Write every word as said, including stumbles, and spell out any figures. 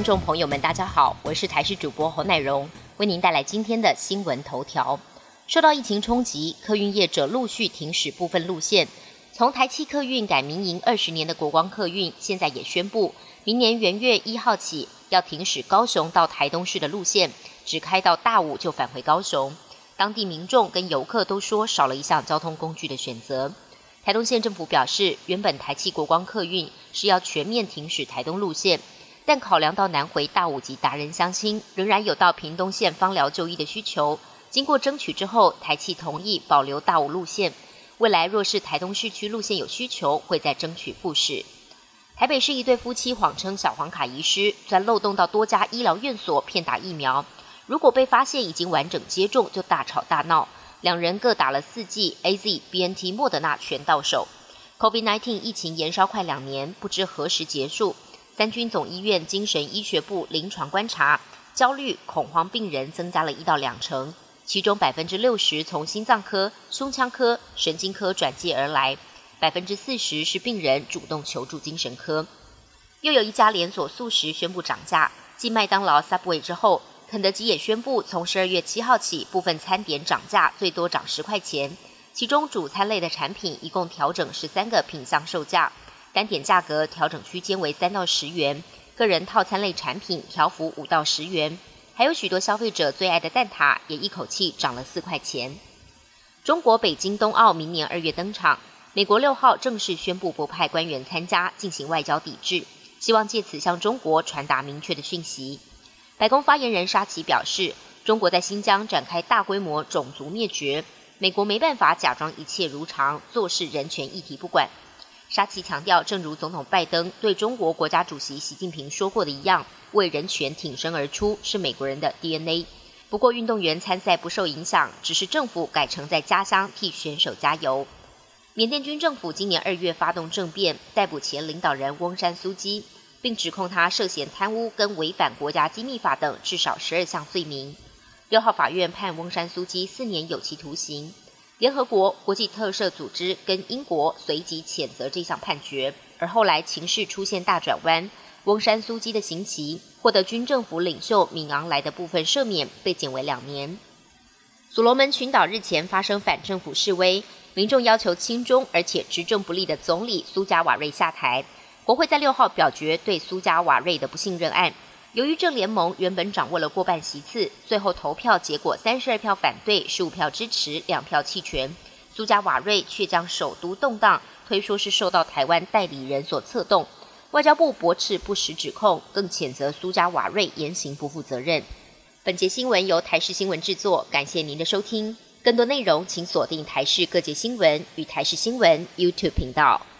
众朋友们，大家好，我是台视主播侯乃荣，为您带来今天的新闻头条。受到疫情冲击，客运业者陆续停驶部分路线。从台汽客运改民营二十年的国光客运，现在也宣布，明年元月一号起要停驶高雄到台东市的路线，只开到大武就返回高雄。当地民众跟游客都说少了一项交通工具的选择。台东县政府表示，原本台汽国光客运是要全面停驶台东路线，但考量到南回大武及达人乡亲仍然有到屏东县芳疗就医的需求，经过争取之后，台汽同意保留大武路线。未来若是台东市区路线有需求，会再争取复驶。台北市一对夫妻谎称小黄卡遗失，钻漏洞到多家医疗院所骗打疫苗，如果被发现已经完整接种，就大吵大闹。两人各打了四剂 A Z、B N T、莫德纳全到手。COVID 十九 疫情延烧快两年，不知何时结束。三军总医院精神医学部临床观察，焦虑、恐慌病人增加了一到两成，其中百分之六十从心脏科、胸腔科、神经科转介而来，百分之四十是病人主动求助精神科。又有一家连锁速食宣布涨价，继麦当劳、Subway 之后，肯德基也宣布，从十二月七号起，部分餐点涨价，最多涨十块钱。其中主餐类的产品一共调整十三个品项售价，单点价格调整区间为三到十元，个人套餐类产品调幅五到十元。还有许多消费者最爱的蛋挞，也一口气涨了四块钱。中国北京冬奥明年二月登场，美国六号正式宣布不派官员参加，进行外交抵制，希望借此向中国传达明确的讯息。白宫发言人沙奇表示，中国在新疆展开大规模种族灭绝，美国没办法假装一切如常，坐视人权议题不管。沙奇强调，正如总统拜登对中国国家主席习近平说过的一样，为人权挺身而出是美国人的 D N A。 不过运动员参赛不受影响，只是政府改成在家乡替选手加油。缅甸军政府今年二月发动政变，逮捕前领导人翁山苏基，并指控他涉嫌贪污跟违反国家机密法等至少十二项罪名。六号法院判翁山苏基四年有期徒刑。联合国、国际特赦组织跟英国随即谴责这项判决，而后来情势出现大转弯，翁山苏基的刑期获得军政府领袖敏昂莱的部分赦免，被减为两年。所罗门群岛日前发生反政府示威，民众要求亲中而且执政不力的总理苏加瓦瑞下台。国会在六号表决对苏加瓦瑞的不信任案，由于政联盟原本掌握了过半席次，最后投票结果三十二票反对，十五票支持，两票弃权。苏加瓦瑞却将首都动荡推说是受到台湾代理人所策动，外交部驳斥不实指控，更谴责苏加瓦瑞言行不负责任。本节新闻由台视新闻制作，感谢您的收听。更多内容请锁定台视各节新闻与台视新闻 YouTube 频道。